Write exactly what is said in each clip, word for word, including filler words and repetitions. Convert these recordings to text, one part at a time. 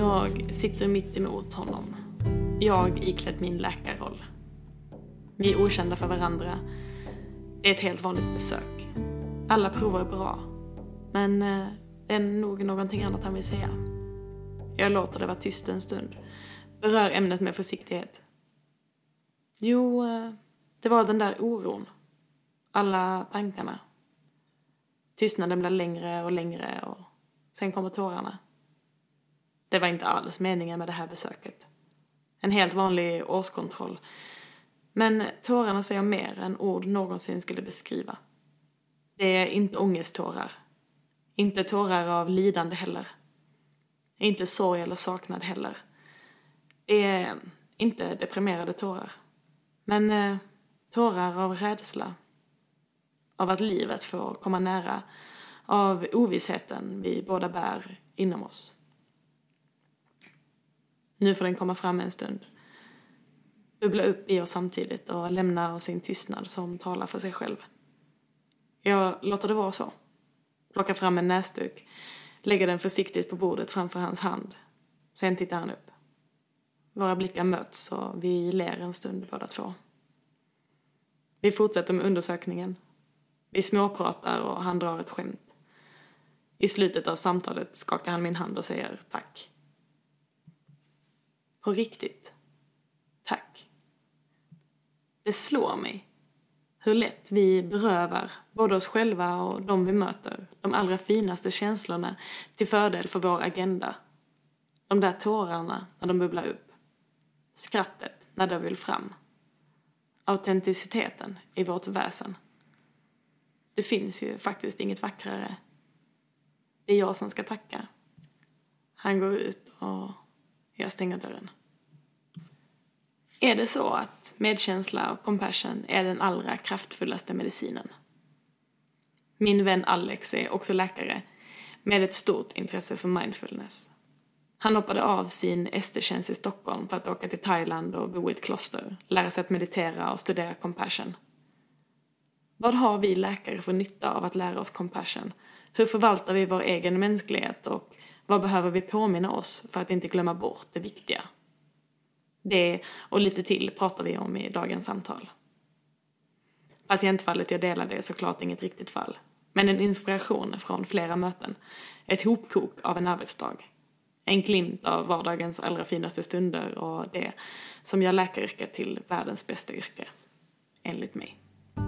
Jag sitter mitt emot honom. Jag iklädd min läkarroll. Vi är okända för varandra. Det är ett helt vanligt besök. Alla prover är bra. Men eh, det är nog någonting annat han vill säga. Jag låter det vara tyst en stund. Berör ämnet med försiktighet. Jo, eh, det var den där oron. Alla tankarna. Tystnaden blir längre och längre och sen kommer tårarna. Det var inte alls meningen med det här besöket. En helt vanlig årskontroll. Men tårarna säger mer än ord någonsin skulle beskriva. Det är inte ångesttårar. Inte tårar av lidande heller. Inte sorg eller saknad heller. Det är inte deprimerade tårar. Men eh, tårar av rädsla. Av att livet får komma nära. Av ovissheten vi båda bär inom oss. Nu får den komma fram en stund. Bubbla upp i oss samtidigt och lämna oss sin tystnad som talar för sig själv. Jag låter det vara så. Plockar fram en näsduk. Lägger den försiktigt på bordet framför hans hand. Sen tittar han upp. Våra blickar möts och vi ler en stund båda två. Vi fortsätter med undersökningen. Vi småpratar och han drar ett skämt. I slutet av samtalet skakar han min hand och säger tack. På riktigt. Tack. Det slår mig hur lätt vi berövar både oss själva och de vi möter de allra finaste känslorna till fördel för vår agenda. De där tårarna när de bubblar upp. Skrattet när det vill fram. Autenticiteten i vårt väsen. Det finns ju faktiskt inget vackrare. Det är jag som ska tacka. Han går ut och jag stänger dörren. Är det så att medkänsla och compassion är den allra kraftfullaste medicinen? Min vän Alex är också läkare med ett stort intresse för mindfulness. Han hoppade av sin S T-tjänst i Stockholm för att åka till Thailand och bo i ett kloster, lära sig att meditera och studera compassion. Vad har vi läkare för nytta av att lära oss compassion? Hur förvaltar vi vår egen mänsklighet och vad behöver vi påminna oss för att inte glömma bort det viktiga? Det och lite till pratar vi om i dagens samtal. Patientfallet jag delade är såklart inget riktigt fall, men en inspiration från flera möten. Ett hopkok av en arbetsdag. En glimt av vardagens allra finaste stunder och det som gör läkaryrket till världens bästa yrke, enligt mig.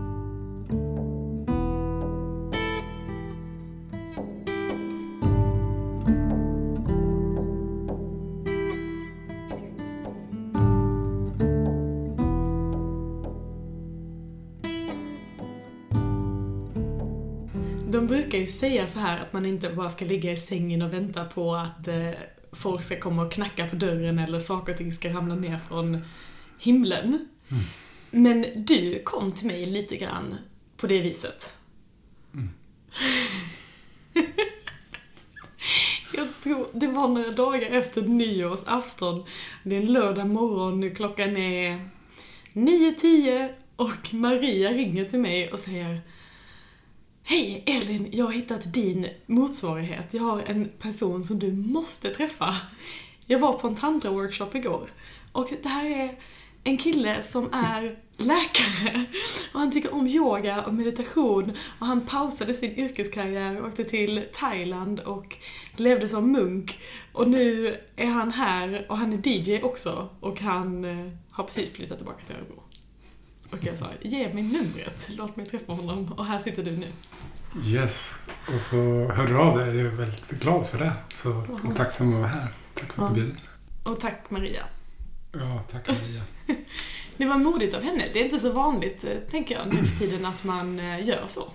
De brukar ju säga så här att man inte bara ska ligga i sängen och vänta på att eh, folk ska komma och knacka på dörren eller saker och ting ska ramla ner från himlen. Mm. Men du kom till mig lite grann på det viset. Mm. Jag tror det var några dagar efter nyårsafton. Det är en lördag morgon, klockan är nio tio och Maria ringer till mig och säger: Hej Elin, jag har hittat din motsvarighet. Jag har en person som du måste träffa. Jag var på en tantra-workshop igår. Och det här är en kille som är läkare. Och han tycker om yoga och meditation. Och han pausade sin yrkeskarriär och åkte till Thailand och levde som munk. Och nu är han här och han är D J också. Och han har precis flyttat tillbaka till Örebro. Och jag sa, ge mig numret, låt mig träffa honom. Och här sitter du nu. Yes, och så hör du av dig, jag är väldigt glad för det. Så och tacksam att vara här. Tack för att du bjöd. Och tack Maria. Ja, tack Maria. Det var modigt av henne. Det är inte så vanligt, tänker jag, nu för tiden att man gör så.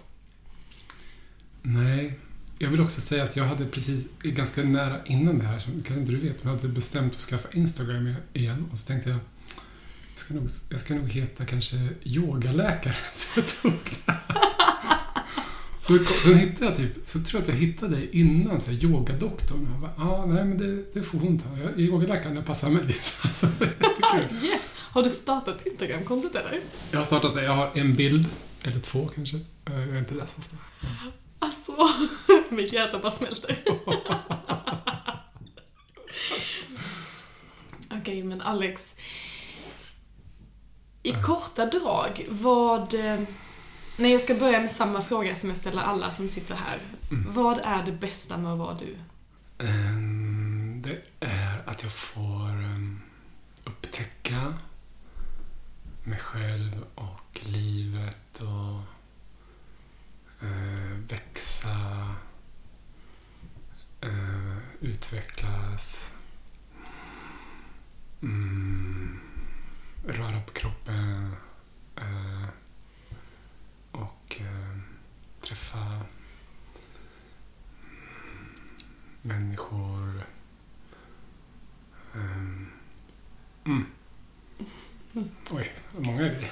Nej, jag vill också säga att jag hade precis ganska nära innan det här, som kanske inte du vet, men jag hade bestämt att skaffa Instagram igen. Och så tänkte jag, jag ska nog, jag ska nog heta kanske yogaläkare. Så jag tog det. Så sen hittade jag typ, så tror jag att jag hittade dig innan så här, yogadoktorn. Jag bara, ah, nej men det, det får hon ta. Jag är yogaläkaren, jag passar mig. Så det är jättekul. Yes! Har du startat Instagram-kontot eller? Jag har startat det, jag har en bild, eller två kanske. Jag är inte det så ofta. Ja. Alltså, mitt hjärta bara smälter. Alex, i korta drag, vad... Nej, jag ska börja med samma fråga som jag ställer alla som sitter här. Mm. Vad är det bästa med att vara du? Um, det är att jag får um, upptäcka mig själv och livet och uh, växa, uh, utvecklas, mm, röra på kroppen uh, och uh, träffa människor. Um, mm. Oj, många grejer.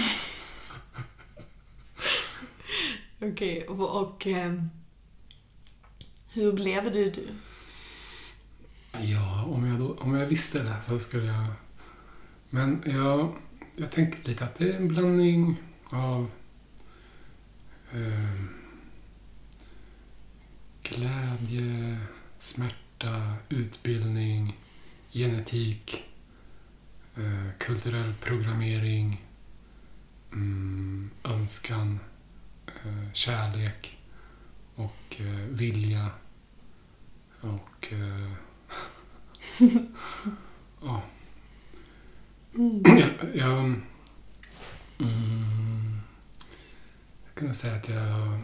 Okej, och, och um, hur blev du du? Ja, om jag, då, om jag visste det så skulle jag... Men jag, jag tänkte lite att det är en blandning av um, glädje, smärta, utbildning, genetik, eh, kulturell programmering, mm, önskan, eh, kärlek och eh, vilja och eh, ja. Mm. jag, jag mm, jag kan nog säga att jag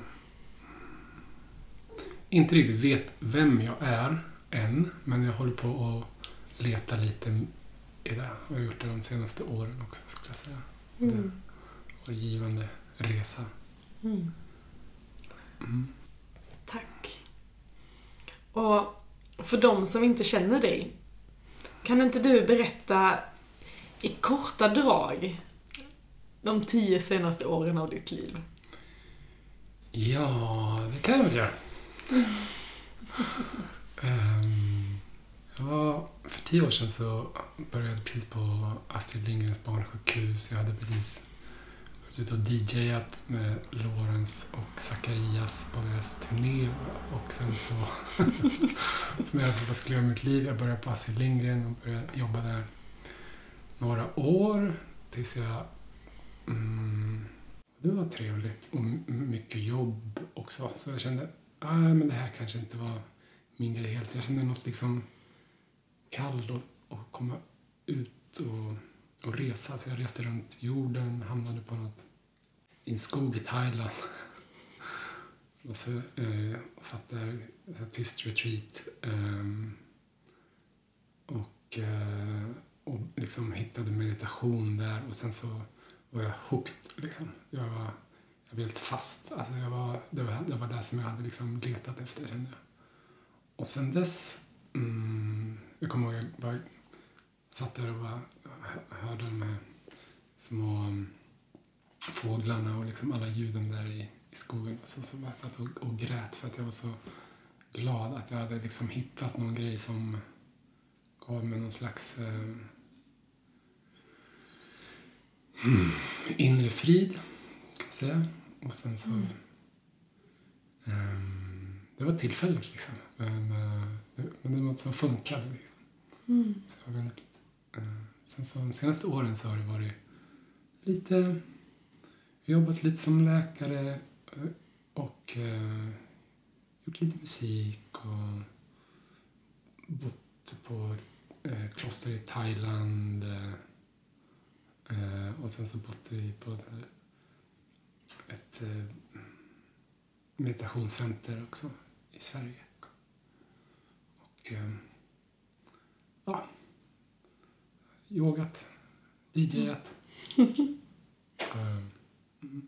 inte riktigt vet vem jag är än, men jag håller på att leta lite i det. Jag har gjort det de senaste åren också, skulle jag säga. Mm. Det var en givande resa. Mm. Mm. Tack. Och för de som inte känner dig, kan inte du berätta i korta drag de tio senaste åren av ditt liv? Ja, det kan jag väl göra. um, ja, för tio år sedan så började jag precis på Astrid Lindgrens barnsjukhus. Jag hade precis varit ute och D Jat med Lawrence och Zacharias på deras turné. Och sen så funderade jag på vad skulle jag göra med mitt liv. Jag började på Astrid Lindgren och började jobba där några år tills jag... Mm, det var trevligt och mycket jobb också. Så jag kände ah, men det här kanske inte var min grej helt. Jag kände något liksom kall och, och komma ut och, och resa. Så jag reste runt jorden, hamnade på något i en skog i Thailand. och så eh, och satt där, så tyst retreat. Eh, och, eh, och liksom hittade meditation där. Och sen så var jag hooked liksom. Jag var Jag var helt fast. Alltså jag var, det, var, det var det som jag hade liksom letat efter, kände jag. Och sen dess... Mm, jag kommer ihåg jag bara satt där och bara hörde de här små fåglarna och liksom alla ljuden där i, i skogen. Och så, så bara satt och, och grät för att jag var så glad att jag hade liksom hittat någon grej som gav mig någon slags... Eh, mm, inre frid, ska jag säga. Och sen så... Mm. Um, det var tillfälligt liksom. Men, uh, det, men det var något som funkade liksom. Mm. Så jag var väldigt, uh, sen så de senaste åren så har det varit lite... jobbat lite som läkare uh, och uh, gjort lite musik och bott på ett uh, kloster i Thailand uh, uh, och sen så bott vi på ett, ett uh, meditationscenter också i Sverige. Och eh, ja, yogat, D Jat. Mm. Mm.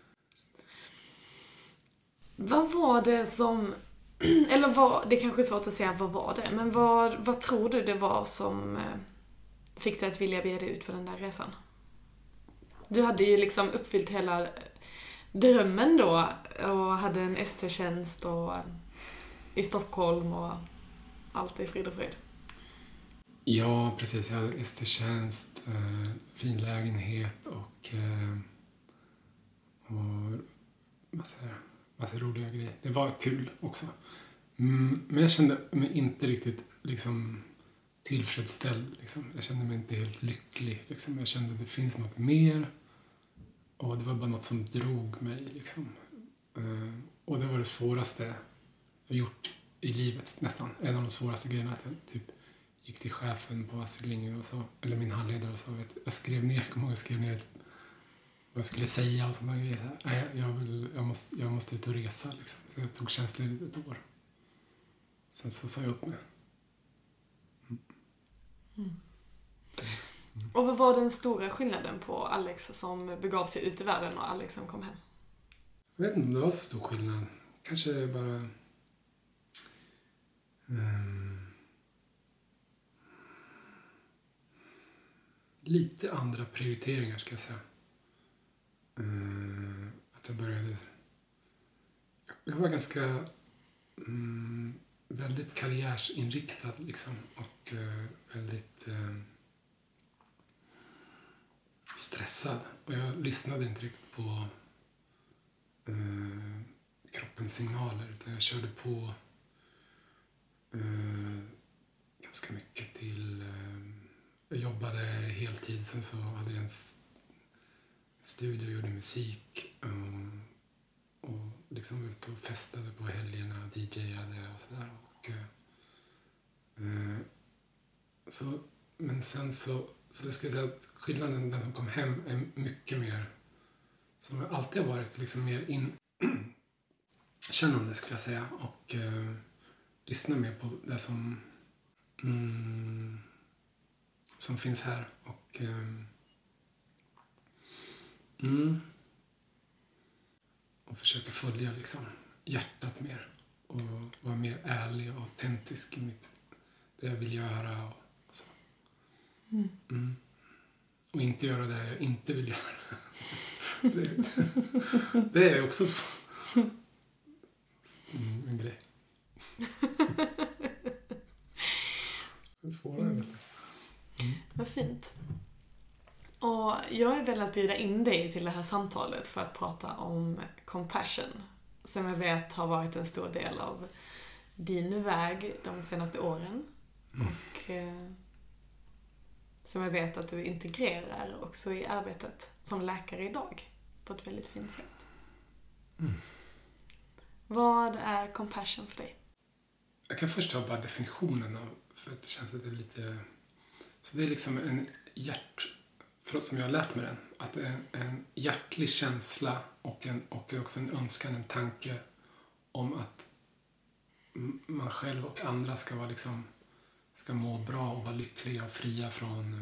Vad var det som, eller vad, det är kanske är svårt att säga vad var det, men vad, vad tror du det var som fick dig att vilja bege dig ut på den där resan? Du hade ju liksom uppfyllt hela drömmen då och hade en S T-tjänst och i Stockholm och allt i frid och fröjd. Ja, precis. Jag hade S T-tjänst, eh, fin lägenhet och, eh, och massa, massa roliga grejer. Det var kul också. Mm, men jag kände mig inte riktigt liksom tillfredsställd. Liksom. Jag kände mig inte helt lycklig. Liksom. Jag kände att det finns något mer. Och det var bara något som drog mig. Liksom. Uh, och det var det svåraste jag gjort i livet nästan. En av de svåraste grejerna att jag typ gick till chefen på Astrid Lindgren och sa, eller min handledare och sa, vet, jag skrev ner, jag kommer ihåg, jag skrev ner vad jag skulle säga och sådana grejer. Nej, jag, vill, jag, måste, jag måste ut och resa liksom. Så jag tog tjänstledigt ett år. Sen så sa jag upp mig. Mm. Mm. Mm. Och vad var den stora skillnaden på Alex som begav sig ut i världen och Alex som kom hem? Jag vet inte om det var så stor skillnad. Kanske bara... Um, lite andra prioriteringar ska jag säga. Uh, att jag började... Jag var ganska um, väldigt karriärsinriktad liksom, och uh, väldigt uh, stressad. Och jag lyssnade inte riktigt på uh, kroppens signaler utan jag körde på uh, ganska mycket till... Uh, jag jobbade heltid, sen så hade jag en studio och gjorde musik och, och liksom var ute och festade på helgerna, DJade och sådär. Och, uh, så, men sen så, så jag skulle säga att skillnaden, den som kom hem, är mycket mer, som alltid har varit liksom mer in, kännande skulle jag säga, och uh, lyssna mer på det som mm, som finns här och um, mm, och försöka följa liksom hjärtat mer och vara mer ärlig och autentisk i mitt, det jag vill göra och, och så. Mm. Mm. Och inte göra det jag inte vill göra. det, det är också så. Mm, en grej. Det är svårare nästan. Mm. Vad fint. Och jag har velat bjuda in dig till det här samtalet för att prata om compassion, som jag vet har varit en stor del av din väg de senaste åren. Mm. Och eh, som jag vet att du integrerar också i arbetet som läkare idag på ett väldigt fint sätt. Mm. Vad är compassion för dig? Jag kan först ta bara definitionen av, för att det känns att det är lite... Så det är liksom en hjärt... För som jag har lärt mig den, att det är en hjärtlig känsla och, en, och också en önskan, en tanke om att man själv och andra ska vara liksom, ska må bra och vara lyckliga och fria från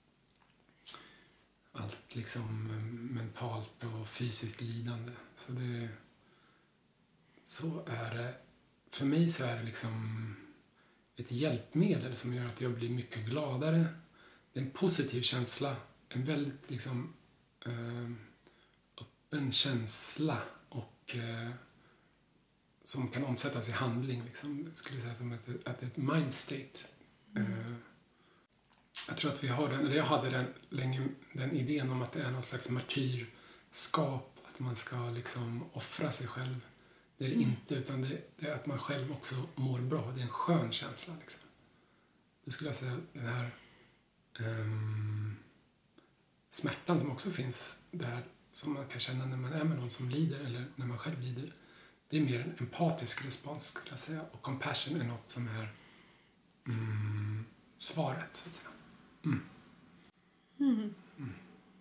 allt liksom mentalt och fysiskt lidande. Så det, så är det, för mig så är det liksom ett hjälpmedel som gör att jag blir mycket gladare. Det är en positiv känsla, en väldigt liksom eh, öppen känsla och eh, som kan omsättas i handling. Liksom. Jag skulle säga som ett, att det är ett mind state. Mm. Eh, jag tror att vi har den, eller jag hade den länge, den idén om att det är någon slags martyrskap, att man ska liksom offra sig själv. Det är det mm. inte, utan det, det är att man själv också mår bra. Det är en skön känsla. Liksom. Då skulle jag säga den här um, smärtan som också finns där, som man kan känna när man är med någon som lider eller när man själv lider. Det är mer en empatisk respons skulle jag säga. Och compassion är något som är mm, svaret så att säga. Mm. Mm. Mm.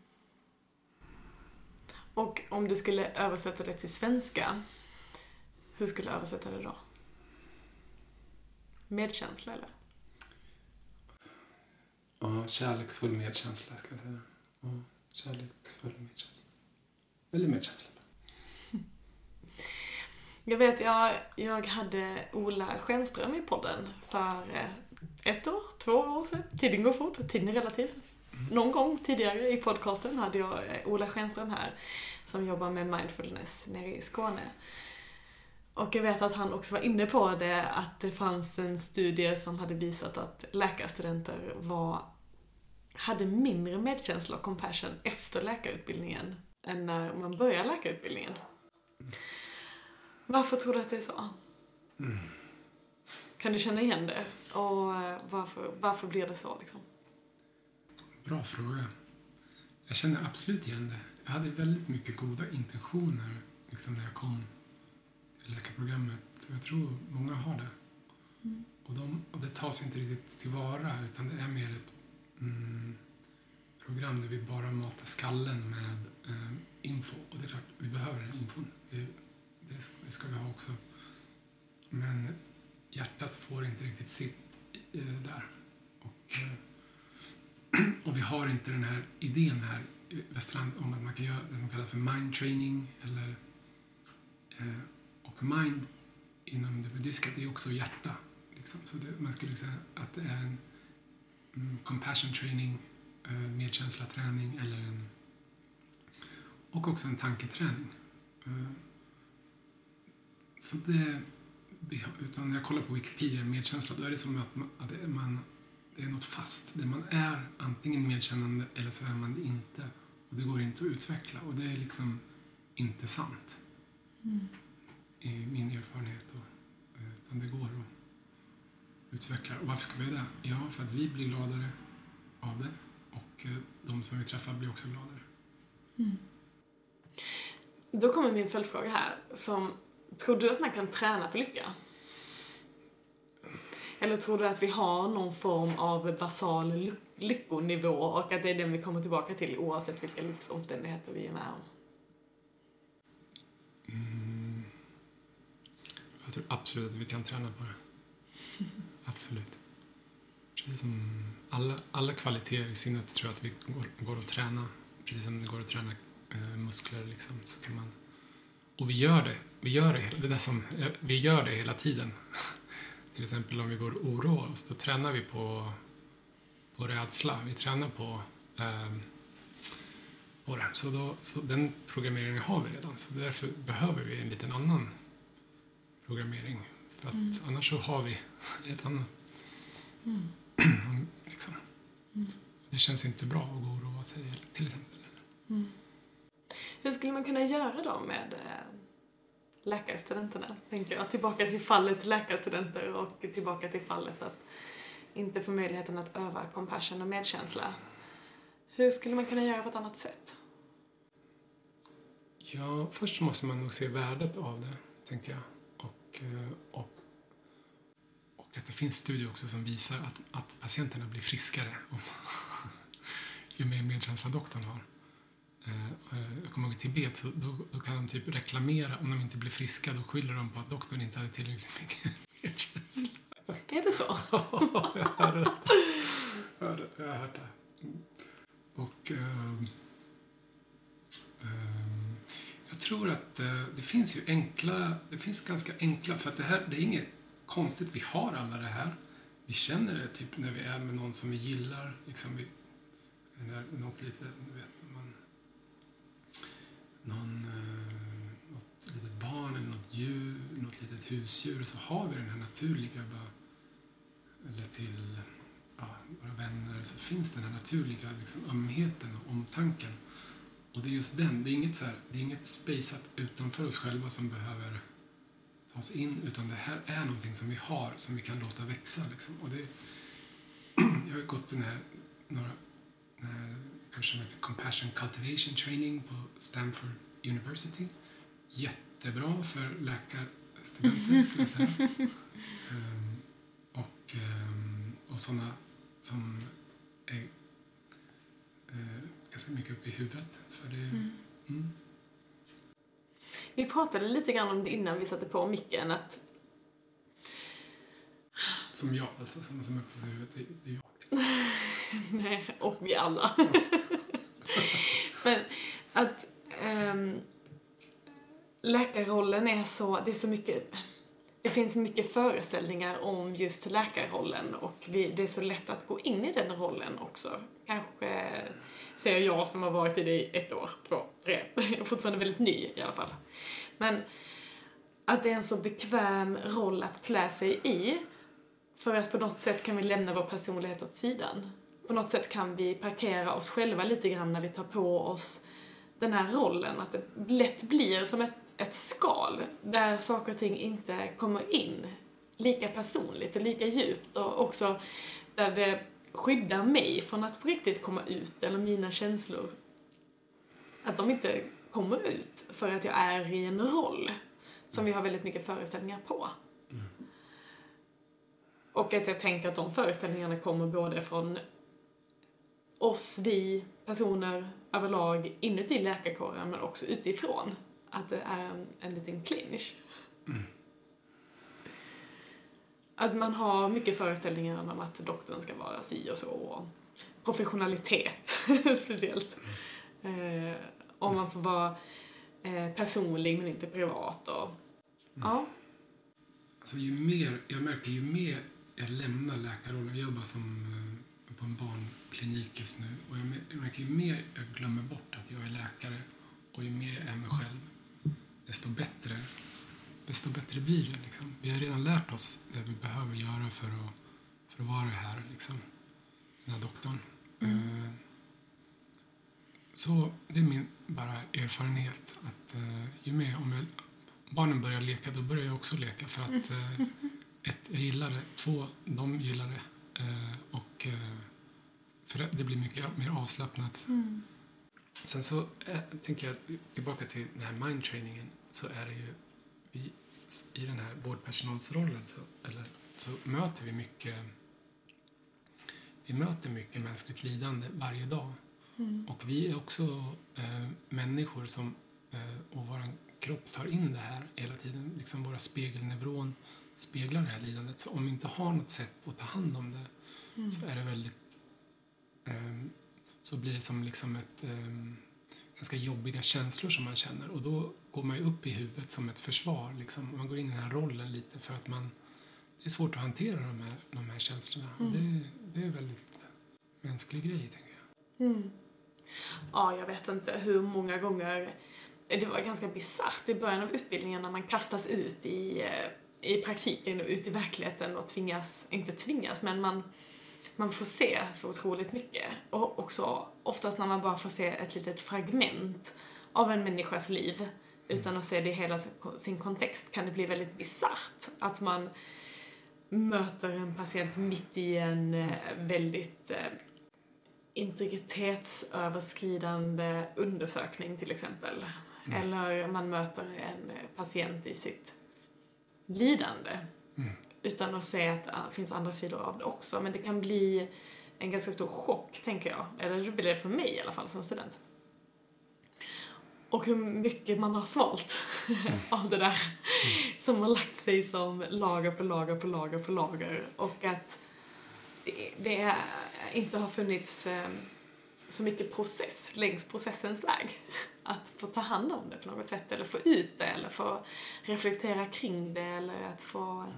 Och om du skulle översätta det till svenska, hur skulle du översätta det då? Medkänsla eller? Ja, kärleksfull medkänsla ska jag säga. Ja, kärleksfull medkänsla. Eller medkänsla. Jag vet, jag, jag hade Ola Schenström i podden för ett år, två år sedan. Tiden går fort, tiden är relativ. Mm. Någon gång tidigare i podcasten hade jag Ola Schenström här som jobbar med mindfulness nere i Skåne. Och jag vet att han också var inne på det, att det fanns en studie som hade visat att läkarstudenter var, hade mindre medkänsla och compassion efter läkarutbildningen än när man börjar läkarutbildningen. Varför tror du att det är så? Mm. Kan du känna igen det? Och varför, varför blir det så liksom? Bra fråga. Jag känner absolut igen det. Jag hade väldigt mycket goda intentioner liksom när jag kom till läkarprogrammet. Jag tror många har det. Mm. Och, de, och det tas inte riktigt tillvara, utan det är mer ett mm, program där vi bara matar skallen med eh, info. Och det är klart, vi behöver den infon. Det, det, det ska vi ha också. Men hjärtat får inte riktigt sitt eh, där. Och, eh, och vi har inte den här idén här i Västerland om att man kan göra det som kallas för mind training. Eller, eh, och mind inom det buddhistiska, det är också hjärta. Liksom. Så det, man skulle säga att det är en mm, compassion training, eh, medkänsla träning eller en, och också en tanketräning. Eh, så det, utan när jag kollar på Wikipedia medkänsla, då är det som att man, att det, man, det är något fast. Det man är antingen medkännande eller så är man det inte. Och det går inte att utveckla. Och det är liksom inte sant. Mm. I min erfarenhet. Och, utan det går att utveckla. Och varför ska vi det? Ja, för att vi blir gladare av det. Och de som vi träffar blir också gladare. Mm. Då kommer min följdfråga här. Som, tror du att man kan träna på lycka? Eller tror du att vi har någon form av basal ly- lyckonivå och att det är den vi kommer tillbaka till oavsett vilka livsomständigheter vi är med om? Mm. Jag tror absolut att vi kan träna på det. Absolut. Precis som alla, alla kvaliteter i sinnet tror jag att vi går, går att träna. Precis som det går att träna eh, muskler liksom, så kan man. Och vi gör det. Vi gör det, det där som, vi gör det hela tiden. Till exempel om vi går och oroar oss, då tränar vi på, på rädsla. Vi tränar på, eh, på det. Så, då, så den programmeringen har vi redan. Så därför behöver vi en liten annan programmering. För att mm. annars så har vi ett annat. Mm. liksom. Mm. Det känns inte bra att gå och oroa sig till exempel. Mm. Hur skulle man kunna göra då med läkarstudenterna, tänker jag? Tillbaka till fallet läkarstudenter och tillbaka till fallet att inte få möjligheten att öva compassion och medkänsla. Hur skulle man kunna göra på ett annat sätt? Ja, först måste man nog se värdet av det, tänker jag. Och, och, och att det finns studier också som visar att, att patienterna blir friskare om, ju mer medkänsla doktorn har. Jag kommer ihåg i Tibet, så då, då kan de typ reklamera om de inte blir friska, då skyller de på att doktorn inte hade tillräckligt mycket medkänsla. Är det så? Ja, jag har hört det. Jag har hört det. Och um, um, jag tror att uh, det finns ju enkla, det finns ganska enkla, för att det här, det är inget konstigt, vi har alla det här. Vi känner det typ när vi är med någon som vi gillar, liksom vi, när, något lite, du vet, man någon, eh, något litet barn eller något djur, något litet husdjur, så har vi den här naturliga bara, eller till ja, våra vänner, så finns den här naturliga liksom, ömheten och omtanken. Och det är just den, det är inget så här, det är inget spejsat utanför oss själva som behöver tas in, utan det här är någonting som vi har, som vi kan låta växa liksom. Och det, jag har gått den här, några den här kursen med Compassion Cultivation Training på Stanford University. Jättebra för läkarstudenter, skulle jag säga. um, och um, och sådana som är uh, ganska mycket upp i huvudet. För det, mm. Mm. Vi pratade lite grann om det innan vi satte på micken. Att... Som jag, alltså. Som, som är uppe i huvudet, det, det är jag. Nej, och vi alla. Men att um, läkarrollen är så, det är så mycket, det finns mycket föreställningar om just läkarrollen och vi, det är så lätt att gå in i den rollen också. Kanske säger jag som har varit i det i ett år, två, tre. Jag är fortfarande väldigt ny i alla fall. Men att det är en så bekväm roll att klä sig i, för att på något sätt kan vi lämna vår personlighet åt sidan. På något sätt kan vi parkera oss själva lite grann när vi tar på oss den här rollen. Att det lätt blir som ett, ett skal där saker och ting inte kommer in lika personligt och lika djupt, och också där det skyddar mig från att på riktigt komma ut, eller mina känslor, att de inte kommer ut för att jag är i en roll som vi har väldigt mycket föreställningar på. Mm. Och att jag tänker att de föreställningarna kommer både från oss, vi personer överlag inuti läkarkåren, men också utifrån. Att det är en, en liten clinch. Mm. Att man har mycket föreställningar om att doktorn ska vara si och så. Och professionalitet speciellt. Mm. Eh, om man får vara eh, personlig men inte privat. Och, mm. ja. Alltså ju mer, jag märker ju mer jag lämnar läkarrollen. Jag jobbar som, eh, på en barnklinik just nu. Och jag märker ju mer jag glömmer bort att jag är läkare. Och ju mer jag är mig själv, desto bättre, desto bättre blir det. Liksom. Vi har redan lärt oss det vi behöver göra för att, för att vara här, liksom. Den här doktorn. Mm. Uh, så det är min bara erfarenhet. Att uh, ju mer, om jag, barnen börjar leka, då börjar jag också leka. För att uh, ett, jag gillar det. Två, de gillar det. Uh, och uh, för det blir mycket mer avslappnat. Mm. Sen så äh, tänker jag tillbaka till den här mindtrainingen, så är det ju vi, i den här vårdpersonalsrollen så, eller, så möter vi mycket vi möter mycket mänskligt lidande varje dag. Mm. Och vi är också äh, människor som äh, och vår kropp tar in det här hela tiden, liksom våra spegelneuron speglar det här lidandet. Så om vi inte har något sätt att ta hand om det, mm. så är det väldigt äh, så blir det som liksom ett eh, ganska jobbiga känslor som man känner. Och då går man ju upp i huvudet som ett försvar. Liksom. Man går in i den här rollen lite för att man, det är svårt att hantera de här, de här känslorna. Mm. Det, det är en väldigt mänsklig grej, tänker jag. Mm. Ja, jag vet inte hur många gånger det var ganska bizarrt i början av utbildningen när man kastas ut i, i praktiken och ut i verkligheten och tvingas, inte tvingas, men man Man får se så otroligt mycket. Och också oftast när man bara får se ett litet fragment av en människas liv utan att se det i hela sin kontext, kan det bli väldigt bizarrt. Att man möter en patient mitt i en väldigt eh, integritetsöverskridande undersökning till exempel. Mm. Eller man möter en patient i sitt lidande. Mm. Utan att se att det finns andra sidor av det också. Men det kan bli en ganska stor chock, tänker jag. Eller det blir det för mig i alla fall som student. Och hur mycket man har svalt mm. av det där. Mm. Som har lagt sig som lager på lager på lager på lager. Och att det, det inte har funnits eh, så mycket process längs processens väg. Att få ta hand om det på något sätt. Eller få ut det. Eller få reflektera kring det. Eller att få... Mm.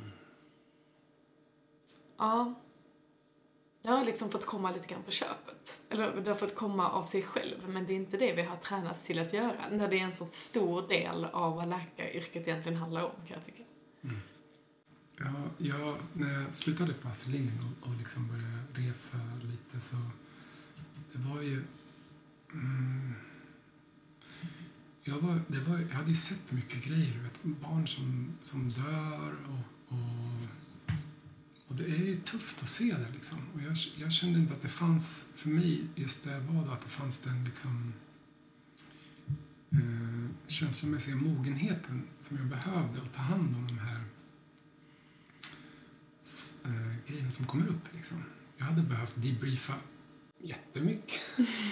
Ja, jag har liksom fått komma lite grann på köpet. Eller det har fått komma av sig själv. Men det är inte det vi har tränats till att göra. När det är en så stor del av vad läkaryrket egentligen handlar om, kan jag tycka. Mm. Ja, jag, när jag slutade på Astrid Lindgren och, och liksom började resa lite, så det var ju... Mm, jag, var, det var, jag hade ju sett mycket grejer. Du vet, barn som, som dör och... och Och det är ju tufft att se det liksom. Och jag, jag kände inte att det fanns, för mig just där var då, att det fanns den liksom eh, känslomässiga mogenheten som jag behövde att ta hand om de här eh, grejerna som kommer upp liksom. Jag hade behövt debriefa jättemycket.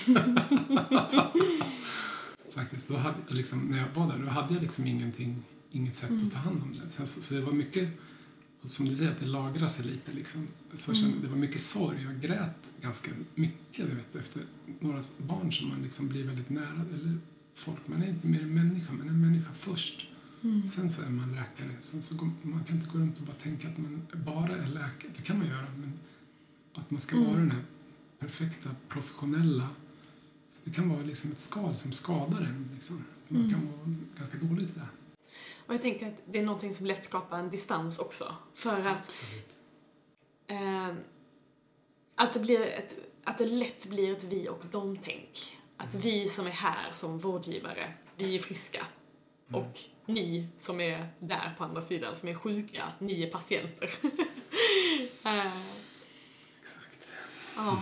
Faktiskt, då hade, liksom, när jag var där, då hade jag liksom ingenting, inget sätt mm. att ta hand om det. Sen, så, så det var mycket... Och som du säger, att det lagrar sig lite. Liksom. Så mm. kände, det var mycket sorg. Jag grät ganska mycket, du vet, efter några barn som man liksom blir väldigt nära. Eller folk, man är inte mer en människa, man är en människa först. Mm. Sen så är man läkare. Sen så går, man kan inte gå runt och bara tänka att man bara är läkare. Det kan man göra, men att man ska mm. vara den här perfekta, professionella. Det kan vara liksom ett skal som skadar en. Liksom. Man mm. kan vara ganska dåligt där. Och jag tänker att det är någonting som lätt skapar en distans också. För att, eh, att, det blir ett, att det lätt blir ett vi och dom-tänk. Att mm. vi som är här som vårdgivare, vi är friska. Mm. Och ni som är där på andra sidan, som är sjuka, ni är patienter. uh, Exakt. Ja.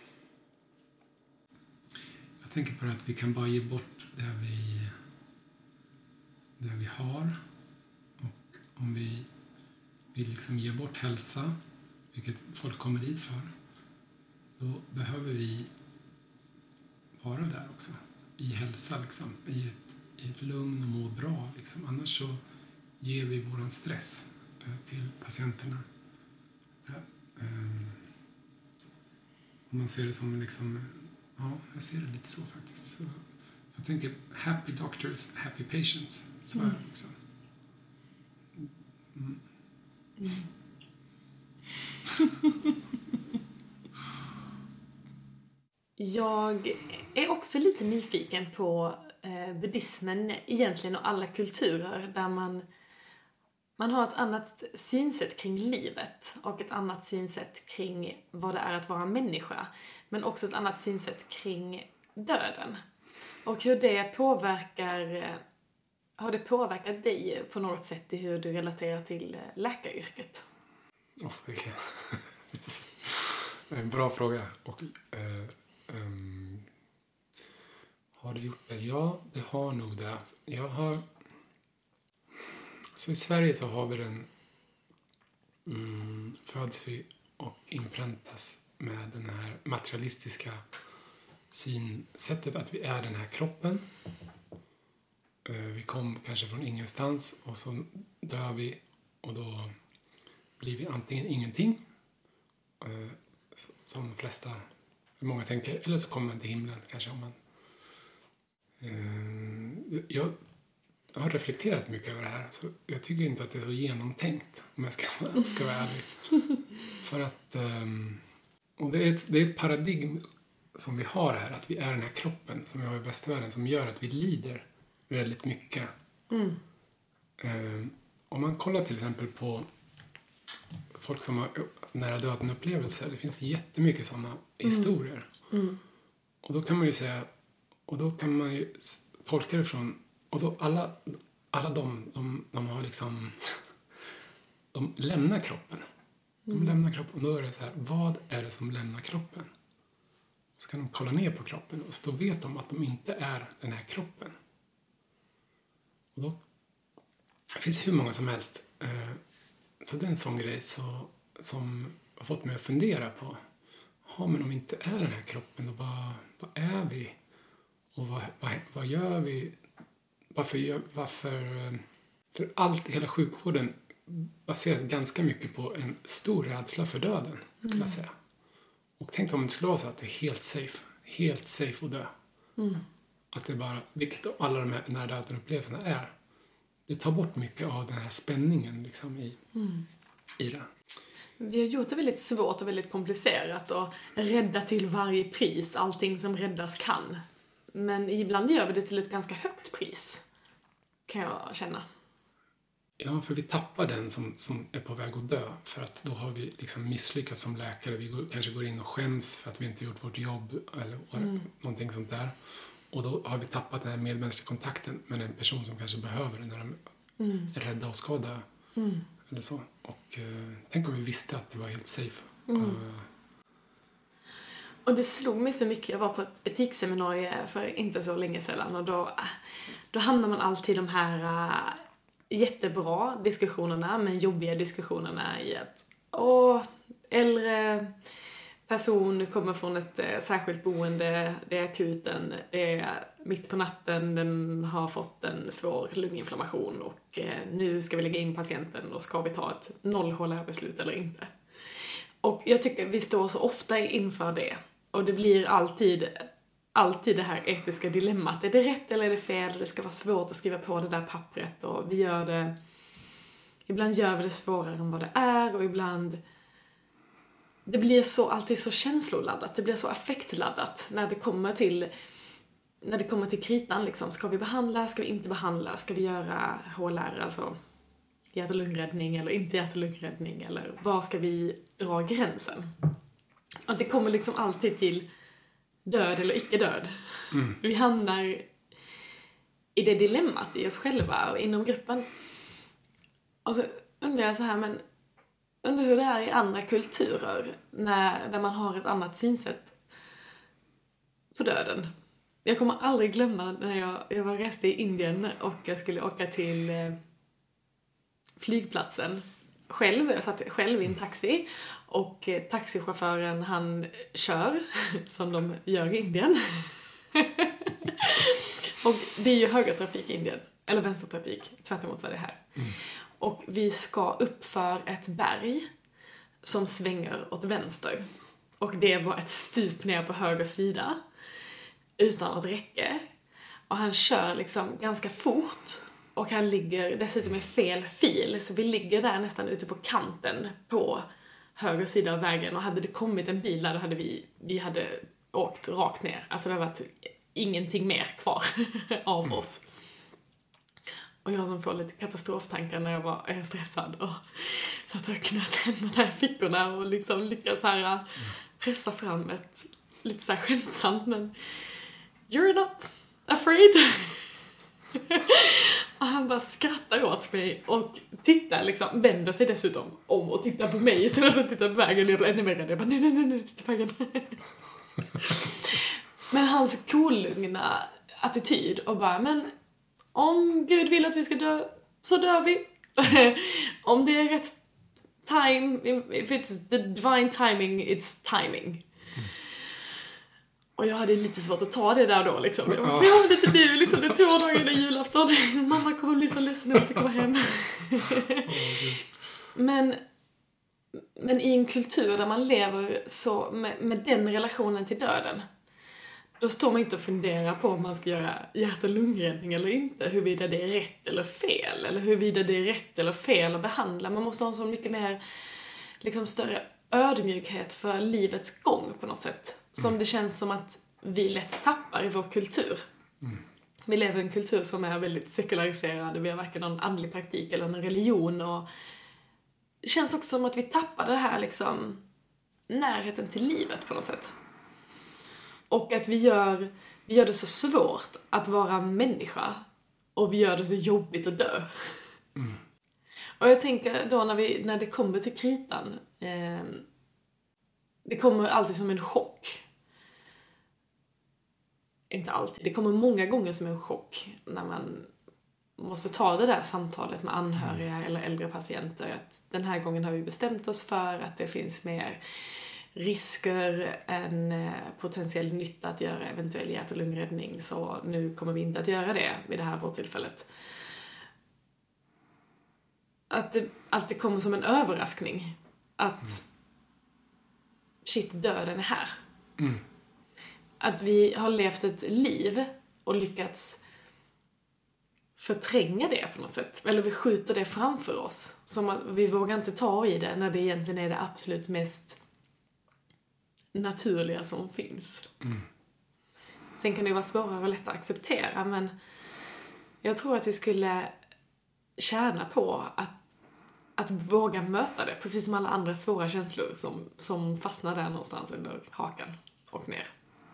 Jag tänker på det att vi kan bara ge bort det vi, det vi har. Och om vi vill liksom ge bort hälsa, vilket folk kommer dit för, då behöver vi vara där också. I hälsa, liksom. I ett, i ett lugn och må bra. Liksom. Annars så ger vi våran stress eh, till patienterna. Ja, um, om man ser det som liksom... Ja, jag ser det lite så faktiskt. Så jag tänker happy doctors, happy patients. Så är det liksom. Mm. Mm. Jag är också lite nyfiken på eh, buddhismen egentligen och alla kulturer där man, man har ett annat synsätt kring livet och ett annat synsätt kring vad det är att vara människa, men också ett annat synsätt kring döden. Och hur det påverkar, har det påverkat dig på något sätt i hur du relaterar till läkaryrket? Oh, vilken... En bra fråga. Och, eh, um, har det gjort det? Ja, det har nog det. Jag har... Alltså i Sverige så har vi den... Mm, föds vi och inpräntas med den här materialistiska synsättet att vi är den här kroppen. Eh, vi kom kanske från ingenstans och så dör vi och då blir vi antingen ingenting, eh, som de flesta, hur många tänker, eller så kommer man till himlen kanske om man... Eh, jag, jag har reflekterat mycket över det här, så jag tycker inte att det är så genomtänkt, om jag ska, ska vara ärlig. För att... Eh, och det är, ett, det är ett paradigm som vi har här, att vi är den här kroppen som vi har i västvärlden, som gör att vi lider väldigt mycket. Mm. Eh, om man kollar till exempel på folk som har nära döden upplevelser, det finns jättemycket sådana mm. historier. Mm. Och då kan man ju säga, och då kan man ju tolka det från, och då alla, alla de, de, de har liksom, de lämnar kroppen. De Mm. lämnar kroppen, och då är det så här, vad är det som lämnar kroppen? Så kan de kolla ner på kroppen, och så då vet de att de inte är den här kroppen. Och då det finns hur många som helst. Så det är en sån grej så, som har fått mig att fundera på. Ja, men om vi inte är den här kroppen, då vad, vad är vi? Och vad, vad, vad gör vi? Varför, gör, varför... För allt, hela sjukvården baseras ganska mycket på en stor rädsla för döden, skulle mm. jag säga. Och tänk om det skulle vara så att det är helt safe. Helt safe att dö. Mm. Att det bara, vilket alla de här nära döden-upplevelserna är. Det tar bort mycket av den här spänningen liksom, i, mm. i det. Vi har gjort det väldigt svårt och väldigt komplicerat och rädda till varje pris allting som räddas kan. Men ibland gör vi det till ett ganska högt pris, kan jag känna. Ja, för vi tappar den som, som är på väg att dö. För att då har vi liksom misslyckats som läkare. Vi går, kanske går in och skäms för att vi inte gjort vårt jobb eller mm. någonting sånt där. Och då har vi tappat den här medmänskliga kontakten med en person som kanske behöver den när de mm. är rädda och ska dö. Mm. Eller så. Och eh, tänk om vi visste att det var helt safe. Mm. Uh, och det slog mig så mycket. Jag var på ett etikseminarium för inte så länge sedan. Och då, då hamnar man alltid i de här uh, jättebra diskussionerna, men jobbiga diskussionerna i att åh, äldre person kommer från ett eh, särskilt boende, det är akuten, det är mitt på natten, den har fått en svår lunginflammation och eh, nu ska vi lägga in patienten och ska vi ta ett noll-hållarbeslut eller inte. Och jag tycker vi står så ofta inför det och det blir alltid, alltid det här etiska dilemmat. Är det rätt eller är det fel? Det ska vara svårt att skriva på det där pappret och vi gör det, ibland gör vi det svårare än vad det är och ibland det blir så alltid så känsloladdat, det blir så affektladdat när det kommer till när det kommer till kritan liksom. Ska vi behandla, ska vi inte behandla, ska vi göra H L R, alltså hjärt- och lungräddning eller inte hjärt- och lungräddning, eller var ska vi dra gränsen? Att det kommer liksom alltid till död eller icke död. Mm. Vi hamnar i det dilemmat i oss själva och inom gruppen. Och så undrar jag så här, men undrar hur det är i andra kulturer när, där man har ett annat synsätt på döden. Jag kommer aldrig glömma när jag, jag var reste i Indien och jag skulle åka till eh, flygplatsen själv. Jag satt själv i en taxi och eh, taxichauffören han kör som de gör i Indien. Och det är ju högertrafik i Indien, eller vänstertrafik, tvärt emot vad det är här. Mm. Och vi ska upp för ett berg som svänger åt vänster. Och det var ett stup ner på höger sida utan ett räcke. Och han kör liksom ganska fort. Och han ligger dessutom i fel fil. Så vi ligger där nästan ute på kanten på höger sida av vägen. Och hade det kommit en bil där hade vi, vi hade åkt rakt ner. Alltså det har varit ingenting mer kvar av oss. Och jag som får lite katastroftankar när jag var stressad och satt och knöt händerna i fickorna och liksom lyckas här pressa fram ett lite så här skämtsamt, men you're not afraid. Och han bara skrattar åt mig och tittar liksom, vänder sig dessutom om och tittar på mig istället för att titta på vägen. Jag blir ännu mer rädd. Jag bara nej, nej, nej, nej, titta på vägen. Men hans kolugna attityd och bara, men om Gud vill att vi ska dö, så dör vi. Om det är rätt time, if it's the divine timing, it's timing. Mm. Och jag hade lite svårt att ta det där då liksom. Jag bara, jag har lite nu liksom, det är två dagar innan julafton. Mamma kommer bli så ledsen när jag inte kommer hem. men, men i en kultur där man lever så med, med den relationen till döden, då står man inte och funderar på om man ska göra hjärt- och lungräddning eller inte. Huruvida det är rätt eller fel. Eller huruvida det är rätt eller fel att behandla. Man måste ha en så mycket mer, liksom större ödmjukhet för livets gång på något sätt. Som mm. det känns som att vi lätt tappar i vår kultur. Mm. Vi lever i en kultur som är väldigt sekulariserad. Vi har varken någon andlig praktik eller en religion. Och det känns också som att vi tappar det här liksom närheten till livet på något sätt. Och att vi gör, vi gör det så svårt att vara människa. Och vi gör det så jobbigt att dö. Mm. Och jag tänker då när, vi, när det kommer till kritan. Eh, det kommer alltid som en chock. Inte alltid. Det kommer många gånger som en chock. När man måste ta det där samtalet med anhöriga mm. eller äldre patienter. Att den här gången har vi bestämt oss för att det finns mer risker än potentiell nytta att göra eventuell hjärt- och lungräddning, så nu kommer vi inte att göra det vid det här vårdtillfället. Att det alltid kommer som en överraskning att mm. shit, döden är här. Mm. Att vi har levt ett liv och lyckats förtränga det på något sätt. Eller vi skjuter det framför oss. Som att vi vågar inte ta i det när det egentligen är det absolut mest naturliga som finns. Mm. Sen kan det vara svårare och lättare att acceptera, men jag tror att vi skulle tjäna på att, att våga möta det, precis som alla andra svåra känslor som, som fastnar där någonstans under hakan och ner.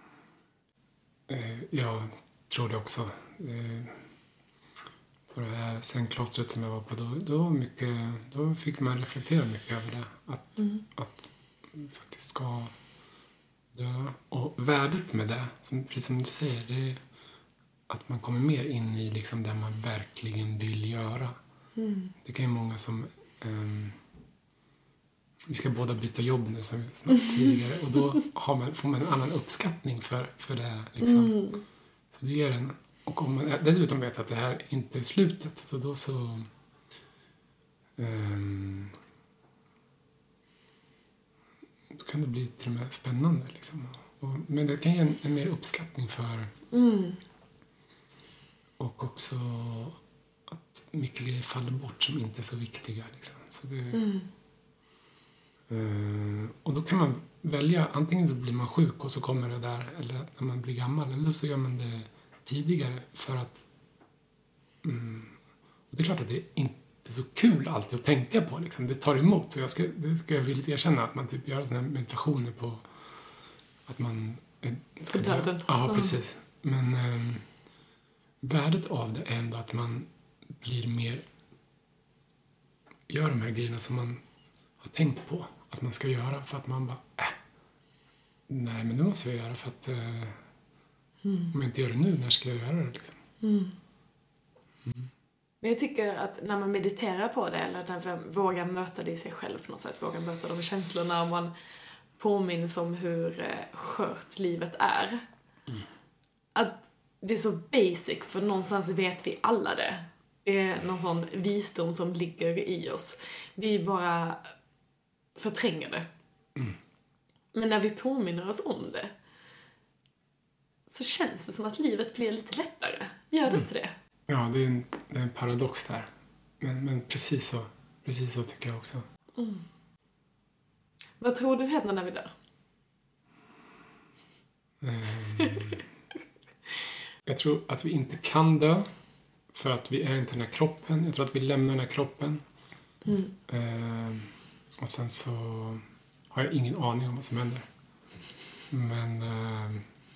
Jag tror det också. På det här sängklostret som jag var på, då, då, mycket, då fick man reflektera mycket över det. Att, mm. att faktiskt ska dö. Och värdet med det, som, precis som du säger, det är att man kommer mer in i liksom det man verkligen vill göra. Mm. Det kan ju många som... Um, vi ska båda byta jobb nu som vi snabbt tidigare. Och då har man, får man en annan uppskattning för, för det. Liksom. Mm. Så det ger en... Och om man dessutom vet att det här inte är slutet, så då så... Um, då kan det bli till och med spännande. Liksom. Och, men det kan ge en, en mer uppskattning för... Mm. Och också att mycket grejer faller bort som inte är så viktiga. Liksom. Så det, mm. uh, och då kan man välja, antingen så blir man sjuk och så kommer det där, eller när man blir gammal, eller så gör man det tidigare för att... Mm, och det är klart att det är inte så kul alltid att tänka på. Liksom. Det tar emot. Och jag ska, det ska jag vilja erkänna, att man typ gör såna här meditationer på att man... Är, ska döden. Ja, precis. Men... Um, värdet av det är ändå att man blir mer, gör de här grejerna som man har tänkt på att man ska göra, för att man bara, äh, nej men det måste jag göra, för att eh, mm. om jag inte gör det nu, när ska jag göra det liksom? Mm. Mm. Men jag tycker att när man mediterar på det, eller när man vågar möta det i sig själv på något sätt, vågar möta de känslorna, och man påminns om hur skört livet är. Mm. Att det är så basic, för någonstans vet vi alla det. Det är någon sån visdom som ligger i oss. Vi bara förtränger det. Mm. Men när vi påminner oss om det, så känns det som att livet blir lite lättare. Gör det mm. inte det? Ja, det är en, det är en paradox där. Men, men precis så. Precis så tycker jag också. Mm. Vad tror du händer när vi dör? Mm. Jag tror att vi inte kan dö. För att vi är inte den här kroppen. Jag tror att vi lämnar den här kroppen. Mm. Uh, och sen så har jag ingen aning om vad som händer. Men... Uh,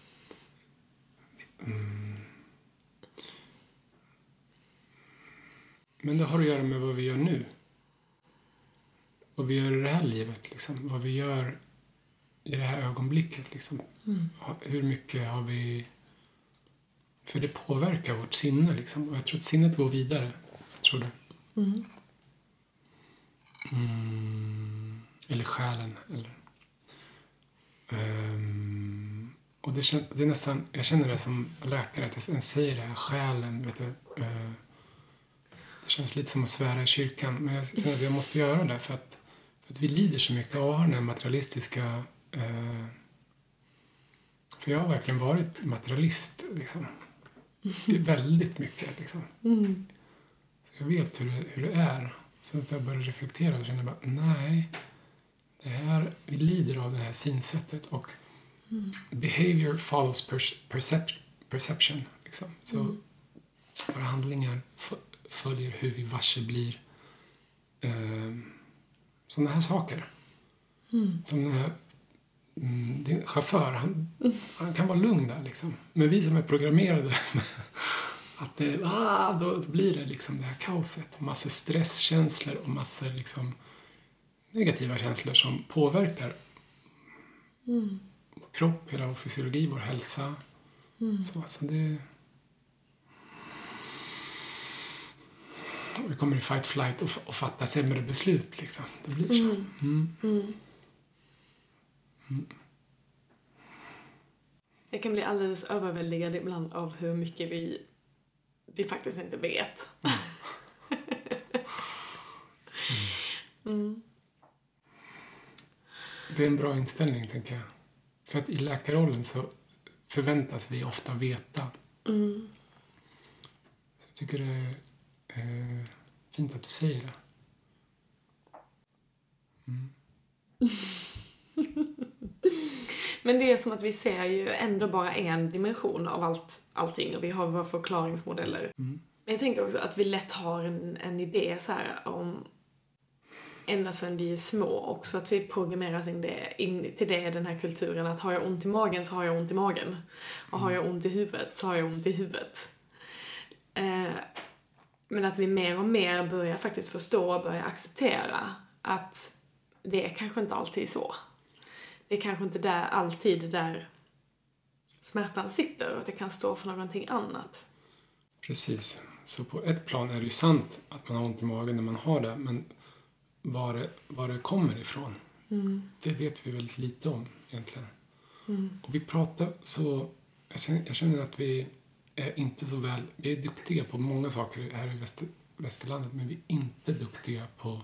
mm, men det har att göra med vad vi gör nu. Vad vi gör i det här livet. Liksom. Vad vi gör i det här ögonblicket. Liksom. Mm. Hur mycket har vi... För det påverkar vårt sinne. Liksom. Och jag tror att sinnet går vidare. Jag tror det. Mm. Mm. Eller själen. Eller... Um. Och det, kän- det är nästan... Jag känner det som läkare. Att jag säger det här. Själen. Vet du, uh, det känns lite som att svära i kyrkan. Men jag känner att jag måste göra det. För att, för att vi lider så mycket. Och har den här materialistiska... Uh, för jag har verkligen varit materialist. Liksom. Det är väldigt mycket. Liksom. Mm. Så jag vet hur det, hur det är. Så att jag börjar reflektera och känner bara, nej. Det här, vi lider av det här synsättet. Och mm. behavior follows percep- perception. Liksom. Så mm. våra handlingar f- följer hur vi varse blir. Eh, sådana här saker. Mm. Som den här mm, din chaufför, han, mm. han kan vara lugn där liksom. Men vi som är programmerade att det, ah, då blir det liksom det här kaoset. Massor stresskänslor och massor liksom negativa känslor som påverkar mm. vår kropp, hela vår fysiologi, vår hälsa. Mm. Så alltså det... Och vi kommer i fight flight och, och fatta sämre beslut liksom. Det blir så. Mm. Mm. Mm. Mm. Jag kan bli alldeles överväldigad ibland av hur mycket vi, vi faktiskt inte vet. Mm. mm. Det är en bra inställning, tänker jag. För att i läkarrollen så förväntas vi ofta veta. Mm. Så jag tycker det är eh, fint att du säger det. Mm. Men det är som att vi ser ju ändå bara en dimension av allt, allting. Och vi har våra förklaringsmodeller. Mm. Men jag tänker också att vi lätt har en, en idé så här om... Ända sedan vi är små också. Att vi programmeras in, det, in till det, den här kulturen. Att har jag ont i magen så har jag ont i magen. Och har jag ont i huvudet så har jag ont i huvudet. Eh, men att vi mer och mer börjar faktiskt förstå och börja acceptera att det är kanske inte alltid så. Det är kanske inte där, alltid där smärtan sitter. Och det kan stå för någonting annat. Precis. Så på ett plan är det ju sant att man har ont i magen när man har det. Men var det, var det kommer ifrån, mm. det vet vi väldigt lite om egentligen. Mm. Och vi pratar så... Jag känner, jag känner att vi är inte så väl... Vi är duktiga på många saker här i väster, västerlandet. Men vi är inte duktiga på...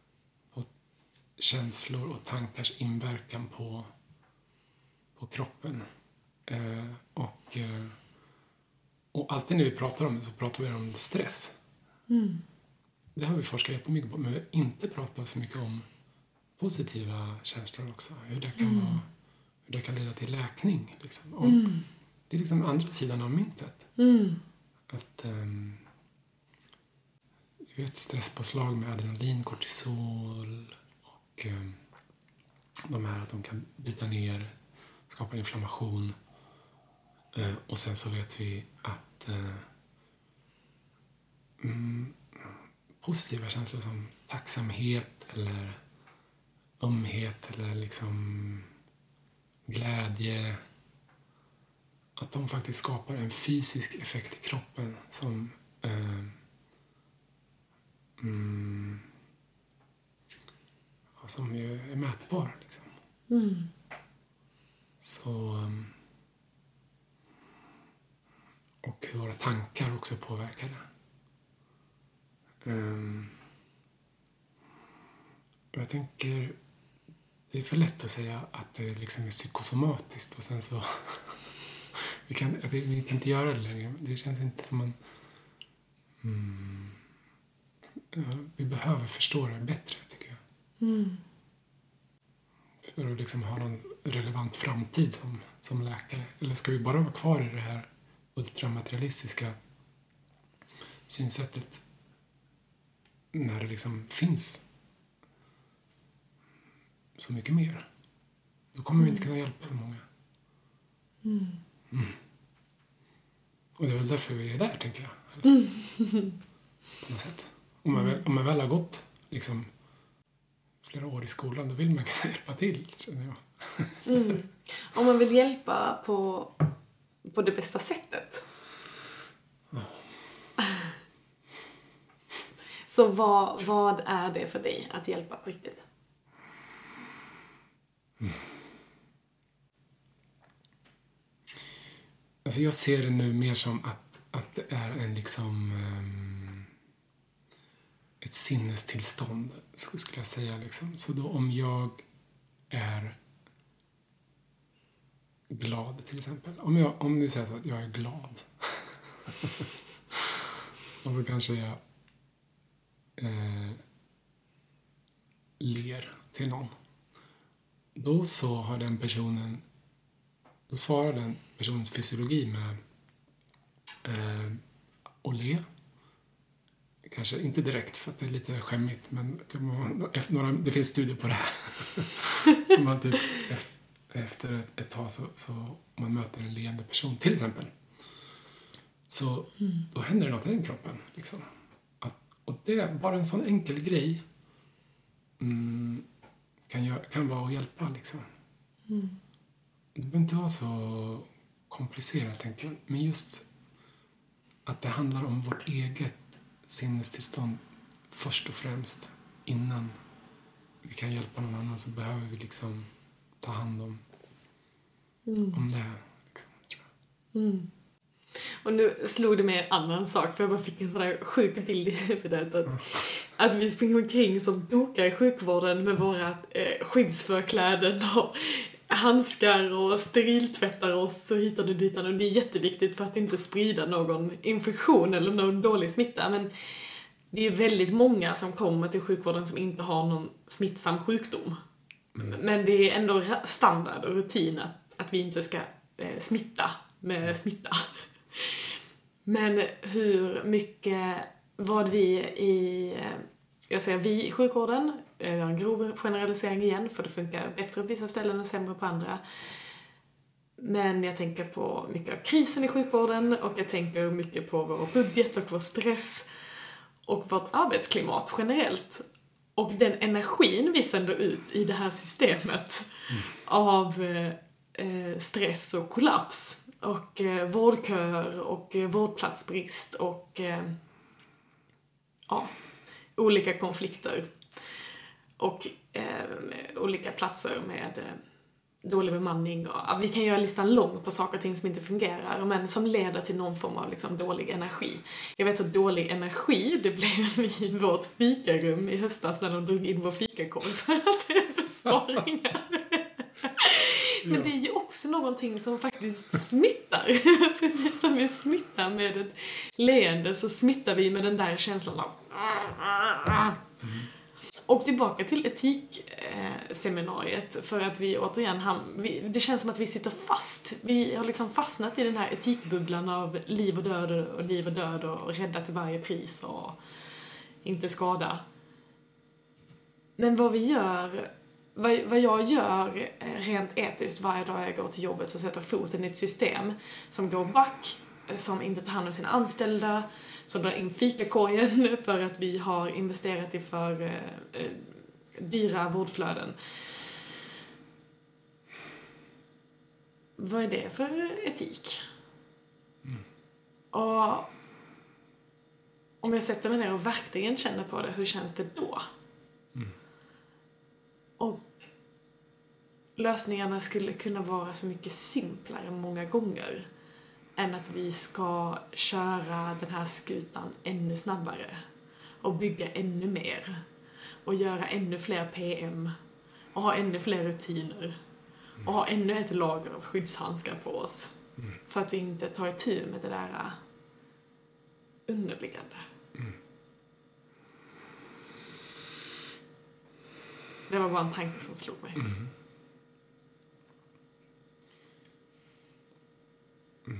känslor och tankars inverkan på, på kroppen. Eh, och, eh, och alltid när vi pratar om det så pratar vi om stress. Mm. Det har vi forskat jättemycket på, men vi har inte pratat så mycket om positiva känslor också. Hur det kan, mm. vara, hur det kan leda till läkning. Liksom. Och mm. det är liksom andra sidan av myntet. Mm. Att... Um, vi vet stresspåslag med adrenalin, kortisol... Och de här att de kan bryta ner, skapa inflammation. Och sen så vet vi att mm, positiva känslor som tacksamhet eller ömhet eller liksom glädje, att de faktiskt skapar en fysisk effekt i kroppen som eh, mm, som ju är mätbar liksom. Mm. Så och hur våra tankar också påverkar det. Um, jag tänker det är för lätt att säga att det liksom är psykosomatiskt och sen så vi kan, vi kan inte göra det längre. Det känns inte som man mm, vi behöver förstå det bättre, tycker jag. Mm. För att liksom ha någon relevant framtid som, som läkare. Eller ska vi bara vara kvar i det här ultramaterialistiska synsättet när det liksom finns så mycket mer? Då kommer vi inte kunna hjälpa så många. Mm. Mm. Och det är väl därför vi är där, tänker jag. Eller? Mm. På något sätt. Om man, väl, om man väl har gått liksom, flera år i skolan, då vill man kunna hjälpa till, känner jag. Mm. Om man vill hjälpa på, på det bästa sättet. Oh. Så vad, vad är det för dig att hjälpa på riktigt? Mm. Alltså jag ser det nu mer som att, att det är en liksom um, ett sinnestillstånd, skulle jag säga. Liksom. Så då om jag är glad, till exempel. Om, jag, om du säger så att jag är glad. Och så kanske jag eh, ler till någon. Då så har den personen, då svarar den personens fysiologi med eh, att le. Kanske inte direkt för att det är lite skämmigt, men efter några, det finns studier på det här. Man typ, efter ett, ett tag så, så man möter en leende person, till exempel. Så mm. då händer det något i den kroppen. Liksom. Att, och det är bara en sån enkel grej mm, kan, gör, kan vara att hjälpa. Liksom. Mm. Det behöver inte vara så komplicerat, tänker jag. Men just att det handlar om vårt eget sinnestillstånd först och främst. Innan vi kan hjälpa någon annan så behöver vi liksom ta hand om, mm. om det. Liksom, tror jag. Mm. Och nu slog det mig en annan sak, för jag bara fick en sån där sjuk bild i huvudet. Att, mm. att vi springer omkring som dokar i sjukvården med våra eh, skyddsförkläden och handskar och steriltvättar oss och hitar och ditan. Och det är jätteviktigt för att inte sprida någon infektion eller någon dålig smitta. Men det är väldigt många som kommer till sjukvården som inte har någon smittsam sjukdom. Mm. Men det är ändå standard och rutin att, att vi inte ska eh, smitta med smitta. Men hur mycket, vad vi i, jag säger vi i sjukvården, jag gör en grov generalisering igen för det funkar bättre på vissa ställen och sämre på andra. Men jag tänker på mycket av krisen i sjukvården och jag tänker mycket på vår budget och vår stress och vårt arbetsklimat generellt. Och den energin vi sänder ut i det här systemet mm. av eh, stress och kollaps och eh, vårdköer och eh, vårdplatsbrist och eh, ja, olika konflikter och eh, olika platser med eh, dålig bemanning. Och, ja, vi kan göra listan lång på saker och ting som inte fungerar men som leder till någon form av liksom, dålig energi. Jag vet att dålig energi det blev i vårt fikarum i höstas när de drog in vår fikakorv för att det är besparingar. Men det är ju också någonting som faktiskt smittar. Precis som vi smittar med ett leende så smittar vi med den där känslan av... Mm. Och tillbaka till etikseminariet för att vi återigen ham- vi, det känns som att vi sitter fast. Vi har liksom fastnat i den här etikbubblan av liv och död och liv och död och rädda till varje pris och inte skada. Men vad vi gör... Vad, vad jag gör rent etiskt varje dag jag går till jobbet så sätter foten i ett system som går back, som inte tar hand om sina anställda, som drar in fikakorgen för att vi har investerat i för eh, eh, dyra vårdflöden. Vad är det för etik? Mm. Och om jag sätter mig ner och verkligen känner på det, hur känns det då? Mm. Och lösningarna skulle kunna vara så mycket simplare många gånger än att vi ska köra den här skutan ännu snabbare och bygga ännu mer och göra ännu fler P M och ha ännu fler rutiner och ha ännu ett lager av skyddshandskar på oss Mm. för att vi inte tar itu med det där underliggande. Mm. Det var bara en tanke som slog mig. Mm. Mm.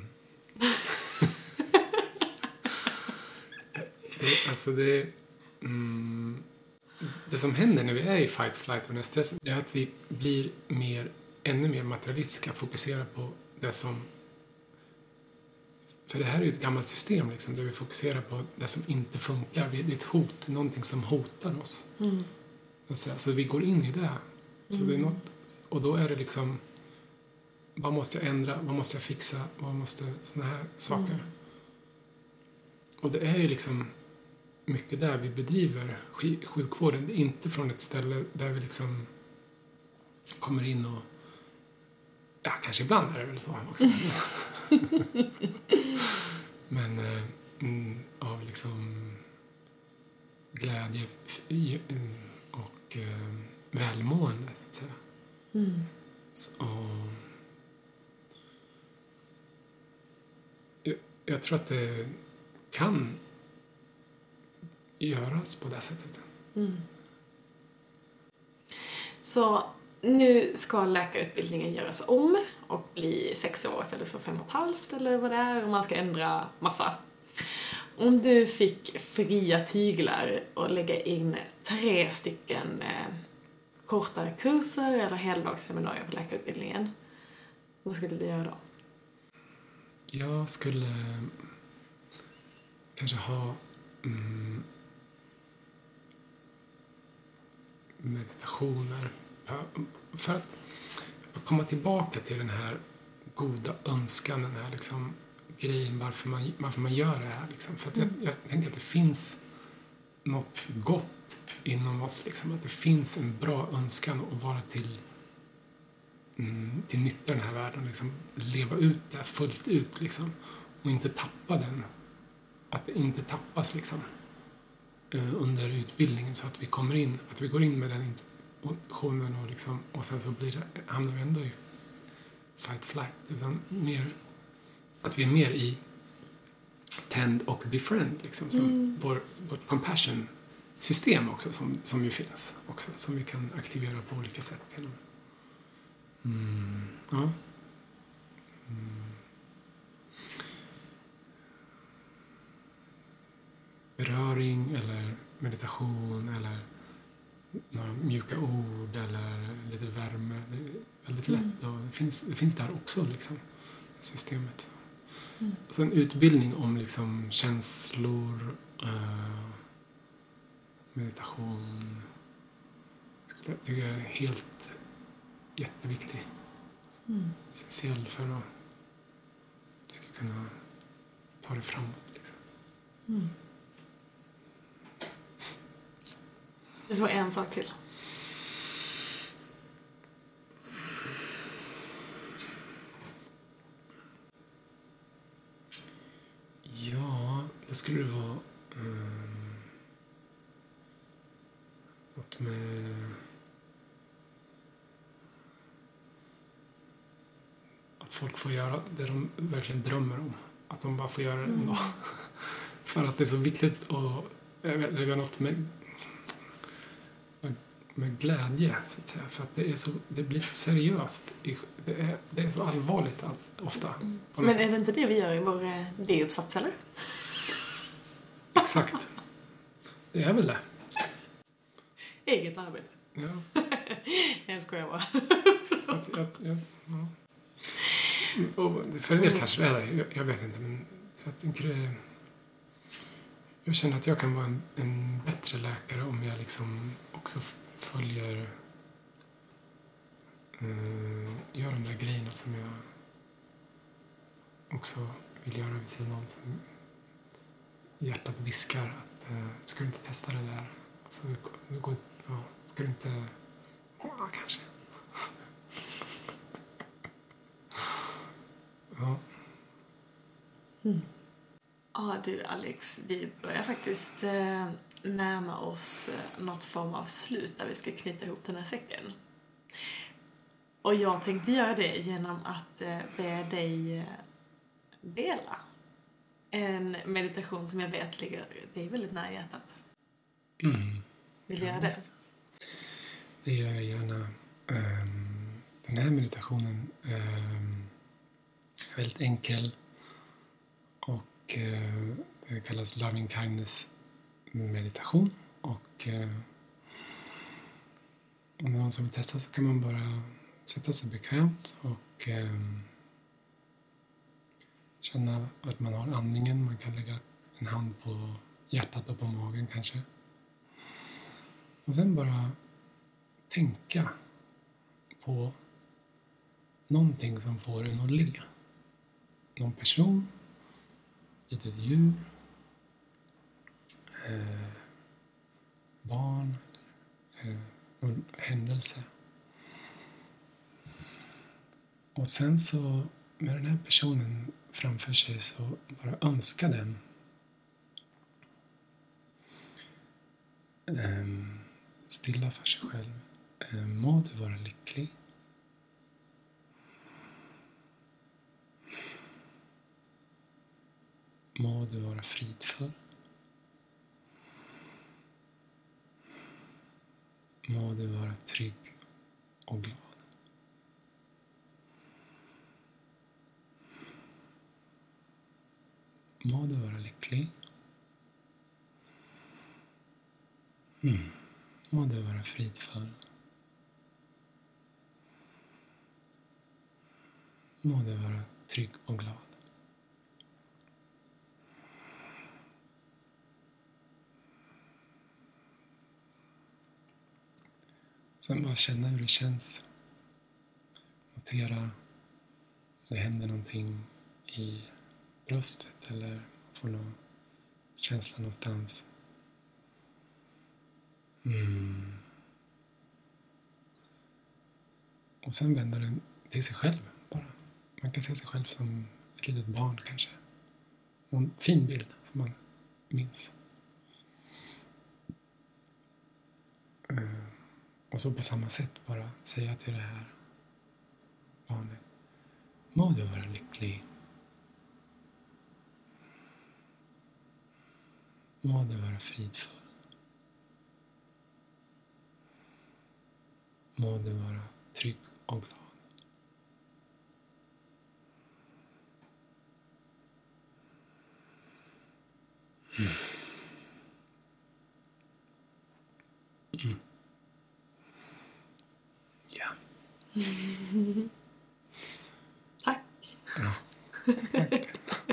det, alltså det, mm, det som händer när vi är i fight, flight och när stressen är att vi blir mer, ännu mer materialistiska, fokuserar på det som, för det här är ju ett gammalt system liksom, där vi fokuserar på det som inte funkar. Det är ett hot, någonting som hotar oss. Mm. Så, så vi går in i det. Så Mm. det är något, och då är det liksom, vad måste jag ändra, vad måste jag fixa, vad måste, såna här saker. Mm. Och det är ju liksom mycket där vi bedriver sk- sjukvården. Det är inte från ett ställe där vi liksom kommer in och, ja, kanske ibland är det väl så också. Men eh, mm, av liksom glädje f- i- mm, och eh, välmående, så att säga. Mm. Så, jag, jag tror att det kan göras på det sättet. Mm. Så nu ska läkarutbildningen göras om och bli sex år istället för fem och ett halvt eller vad det är, och man ska ändra massa. Om du fick fria tyglar och lägga in tre stycken eh, kortare kurser eller heldagsseminarier på läkarutbildningen, vad skulle du göra då? Jag skulle kanske ha mm, meditationer för att komma tillbaka till den här goda önskan, den här liksom grejen varför man, varför man gör det här. Liksom. För att jag, jag tänker att det finns något gott inom oss. Liksom. Att det finns en bra önskan att vara till, mm, till nytta i den här världen. Liksom. Leva ut det fullt ut. Liksom. Och inte tappa den. Att det inte tappas liksom, under utbildningen så att vi kommer in, att vi går in med den intentionen och, liksom, och sen så blir det, hamnar vi ändå i fight flight, utan mer att vi är mer i tend och befriend liksom, som Mm. vår, vårt compassion system också som, som ju finns också, som vi kan aktivera på olika sätt genom. Mm. Ja. Mm. Beröring eller meditation eller några mjuka ord eller lite värme. Det är väldigt lätt. Mm. Och det, finns, det finns där också, liksom, systemet. Mm. Och så en utbildning om liksom, känslor, eh, meditation. Skulle jag tycka är helt jätteviktig. Mm. Essentiell för att ska kunna ta det framåt. Liksom. Mm. Du får en sak till. Ja, då skulle det vara um, något med att folk får göra det de verkligen drömmer om. Att de bara får göra det en Mm. dag. För att det är så viktigt att lägga något med med glädje, så att säga. För att det, är så, det blir så seriöst. Det är, det är så allvarligt ofta. Mm. Men är det inte det vi gör i vår eh, D-uppsats, eller? Exakt. Det är väl det. Eget arbete. Ja. Jag skojar bara. Att, att, ja, ja. Och för en del kanske det är det. Jag, jag vet inte, men jag tänker det. jag känner att jag kan vara en, en bättre läkare om jag liksom också f- följer uh, gör de där grejerna som jag också vill göra vid sidan om. Som hjärtat viskar att uh, ska du inte testa det där? Alltså, du går, ja, ska du inte... Ja, kanske. Ja. Mm. Ja du Alex, vi börjar faktiskt eh, närma oss eh, något form av slut där vi ska knyta ihop den här säcken. Och jag tänkte göra det genom att eh, be dig eh, dela en meditation som jag vet ligger dig väldigt nära hjärtat. Mm. Vill du Ja, göra det? visst. Det gör jag gärna. Um, den här meditationen um, är väldigt enkel och uh, det kallas Loving Kindness meditation. Och uh, om någon som vill testa så kan man bara sätta sig bekvämt och um, känna att man har andningen. Man kan lägga en hand på hjärtat och på magen kanske. Och sen bara tänka på någonting som får en att le. Någon person, ett litet djur, eh, barn, eh, någon händelse. Och sen så med den här personen framför sig så bara önska den. Um, stilla för sig själv. Um, må du vara lycklig. Må du vara fridfull. Må du vara trygg och glad. Må du vara lycklig. Mm. Må du vara fridfull. Må du vara trygg och glad. Sen bara känna hur det känns. Notera om det händer någonting i bröstet eller får någon känsla någonstans. Mm. Och sen vänder den till sig själv bara. Man kan se sig själv som ett litet barn kanske. En fin bild som man minns. Uh. Och så på samma sätt bara säga till det här barnet. Må du vara lycklig. Må du vara fridfull. Må du vara trygg och glad. Mm. Mm. Ja. Tack. Ja. Tack.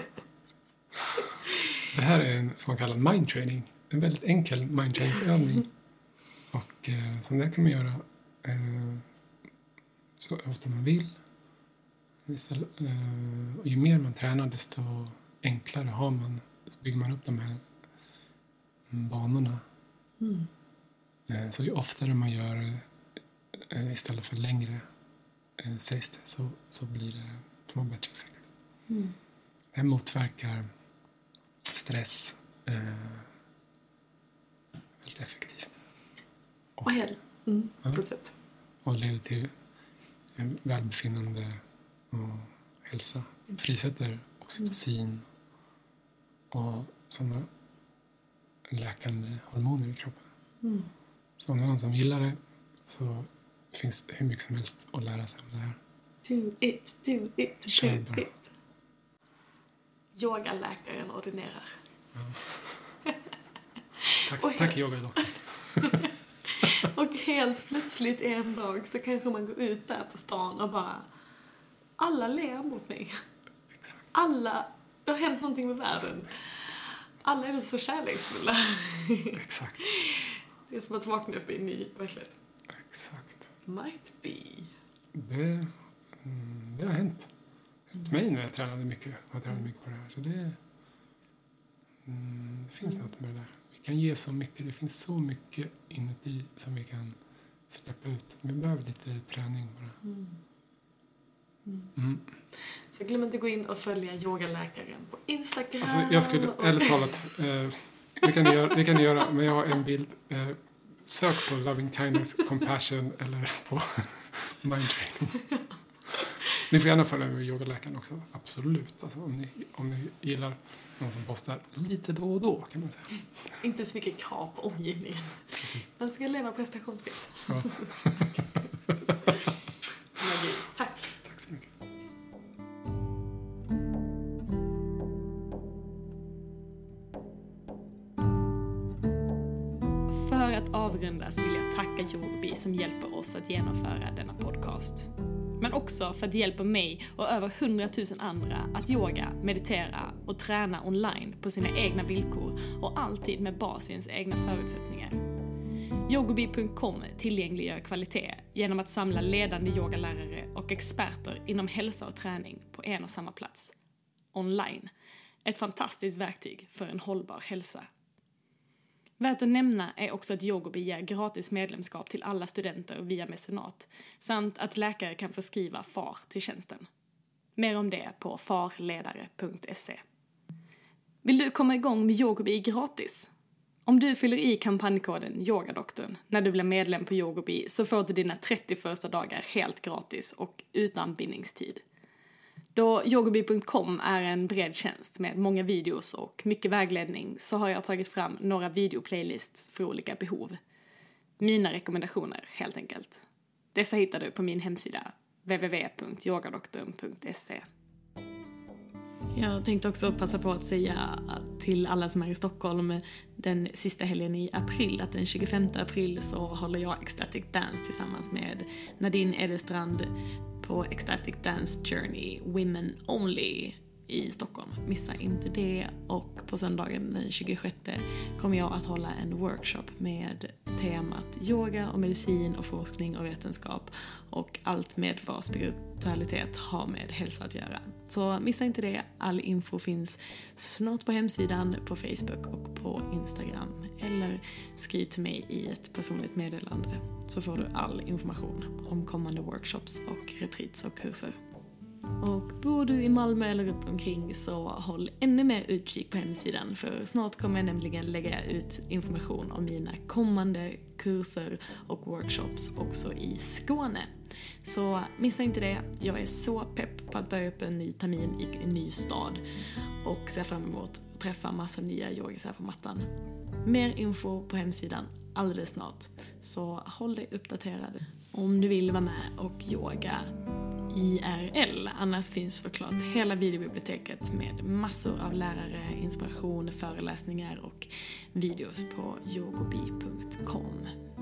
Det här är en som kallad mind training. En väldigt enkel mind trainingsövning. Och eh, som det kan man göra eh, så ofta man vill. Istället, eh, och ju mer man tränar desto enklare har man, bygger man upp de här banorna. Mm. Eh, så ju oftare man gör eh, istället för längre eh, sägs det, så, så blir det, får man bättre effekt. Mm. Det här motverkar stress eh, väldigt effektivt. Och helt. Mm. Ja. På sätt. Och leder till en välbefinnande och hälsa. Frisätter oxytocin och sådana läkande hormoner i kroppen. Mm. Så om någon som gillar det så finns det hur mycket som helst att lära sig om det här. Do it, do it, Kör do bara. it. Yogaläkaren ordinerar. Ja. Tack, Och tack yogadoktorn. Och helt plötsligt en dag så kanske man går ut där på stan och bara alla ler mot mig. Exakt. Alla, det har hänt någonting med världen. Alla är så kärleksfulla. Exakt. Det är som att vakna upp i en ny verklighet. Exakt. Might be. Det, mm, det har hänt. För mig när jag tränade mycket. Jag tränade mycket på det här. Så det, mm, det finns mm. något med det där. Vi kan ge så mycket. Det finns så mycket inuti som vi kan släppa ut. Vi behöver lite träning bara. Mm. Mm. Mm. Så glöm inte gå in och följa yogaläkaren på Instagram. Alltså, jag skulle, och... ärligt talat, eh, det, kan ni göra, det kan ni göra, men jag har en bild. Eh, sök på Loving Kindness, Compassion eller på Mind Training. Ni får gärna följa med yogaläkaren också, absolut. Alltså, om, ni, om ni gillar någon som postar lite då och då, kan man säga. Inte så mycket krav på omgivningen. Precis. Man ska leva prestationsfritt. Ja. Tack. Tack så mycket. För att avrundas vill jag tacka Yogobi som hjälper oss att genomföra denna podcast. Men också för att det hjälper mig och över hundratusen andra att yoga, meditera och träna online på sina egna villkor och alltid med bas i ens egna förutsättningar. yogobi punkt com tillgängliggör kvalitet genom att samla ledande yogalärare och experter inom hälsa och träning på en och samma plats. Online. Ett fantastiskt verktyg för en hållbar hälsa. Värt att nämna är också att Yogobi ger gratis medlemskap till alla studenter via mecenat samt att läkare kan förskriva F A R till tjänsten. Mer om det på farledare punkt se. Vill du komma igång med Yogobi gratis? Om du fyller i kampanjkoden Yogadoktorn när du blir medlem på Yogobi så får du dina trettio första dagar helt gratis och utan bindningstid. Då yogobi punkt com är en bred tjänst med många videos och mycket vägledning så har jag tagit fram några videoplaylists för olika behov. Mina rekommendationer helt enkelt. Dessa hittar du på min hemsida w w w punkt yogadoktorn punkt se. Jag tänkte också passa på att säga till alla som är i Stockholm den sista helgen i april, att den tjugofemte april så håller jag Ecstatic Dance tillsammans med Nadine Edestrand på Ecstatic Dance Journey Women Only i Stockholm. Missa inte det. Och på söndagen den tjugosjätte kommer jag att hålla en workshop med temat yoga och medicin och forskning och vetenskap och allt med vad spiritualitet har med hälsa att göra. Så missa inte det. All info finns snart på hemsidan, på Facebook och på Instagram. Eller skriv till mig i ett personligt meddelande så får du all information om kommande workshops och retreats och kurser. Och bor du i Malmö eller runt omkring så håll ännu mer utkik på hemsidan för snart kommer jag nämligen lägga ut information om mina kommande kurser och workshops också i Skåne. Så missa inte det, jag är så pepp på att börja upp en ny termin i en ny stad och ser fram emot att träffa massa nya yogisar på mattan. Mer info på hemsidan alldeles snart, så håll dig uppdaterad om du vill vara med och yoga I R L. Annars finns såklart hela videobiblioteket med massor av lärare, inspiration, föreläsningar och videos på yogobi punkt com.